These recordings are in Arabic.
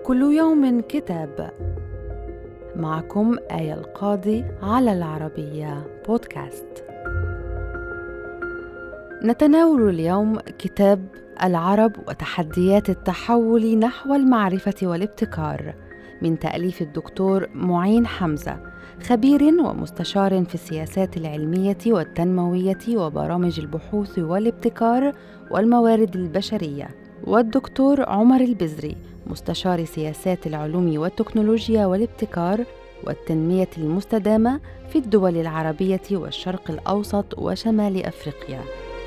كل يوم كتاب. معكم آية القاضي على العربية بودكاست. نتناول اليوم كتاب العرب وتحديات التحول نحو المعرفة والابتكار من تأليف الدكتور معين حمزة، خبير ومستشار في السياسات العلمية والتنموية وبرامج البحوث والابتكار والموارد البشرية، والدكتور عمر البزري، مستشار سياسات العلوم والتكنولوجيا والابتكار والتنمية المستدامة في الدول العربية والشرق الأوسط وشمال أفريقيا.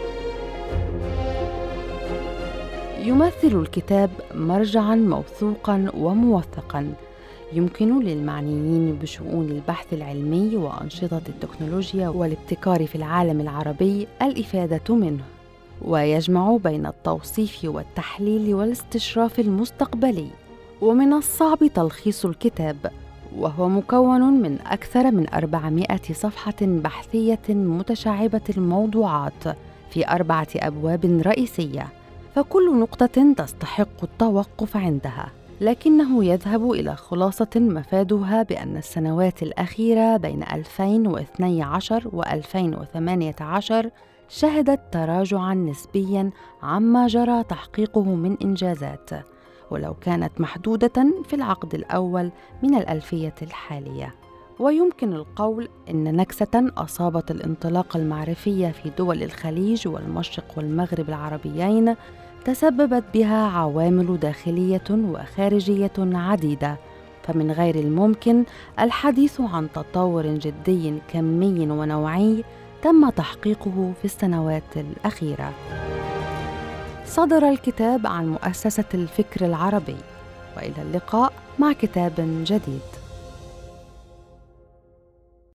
يمثل الكتاب مرجعاً موثوقاً وموثقاً يمكن للمعنيين بشؤون البحث العلمي وأنشطة التكنولوجيا والابتكار في العالم العربي الإفادة منه، ويجمع بين التوصيف والتحليل والاستشراف المستقبلي. ومن الصعب تلخيص الكتاب، وهو مكون من أكثر من 400 صفحة بحثية متشعبة الموضوعات في 4 أبواب رئيسية، فكل نقطة تستحق التوقف عندها، لكنه يذهب إلى خلاصة مفادها بأن السنوات الأخيرة بين 2012 و2018 شهدت تراجعاً نسبياً عما جرى تحقيقه من إنجازات، ولو كانت محدودة في العقد الأول من الألفية الحالية. ويمكن القول إن نكسة أصابت الانطلاق المعرفي في دول الخليج والمشرق والمغرب العربيين تسببت بها عوامل داخلية وخارجية عديدة، فمن غير الممكن الحديث عن تطور جدي كمي ونوعي تم تحقيقه في السنوات الأخيرة. صدر الكتاب عن مؤسسة الفكر العربي، وإلى اللقاء مع كتاب جديد.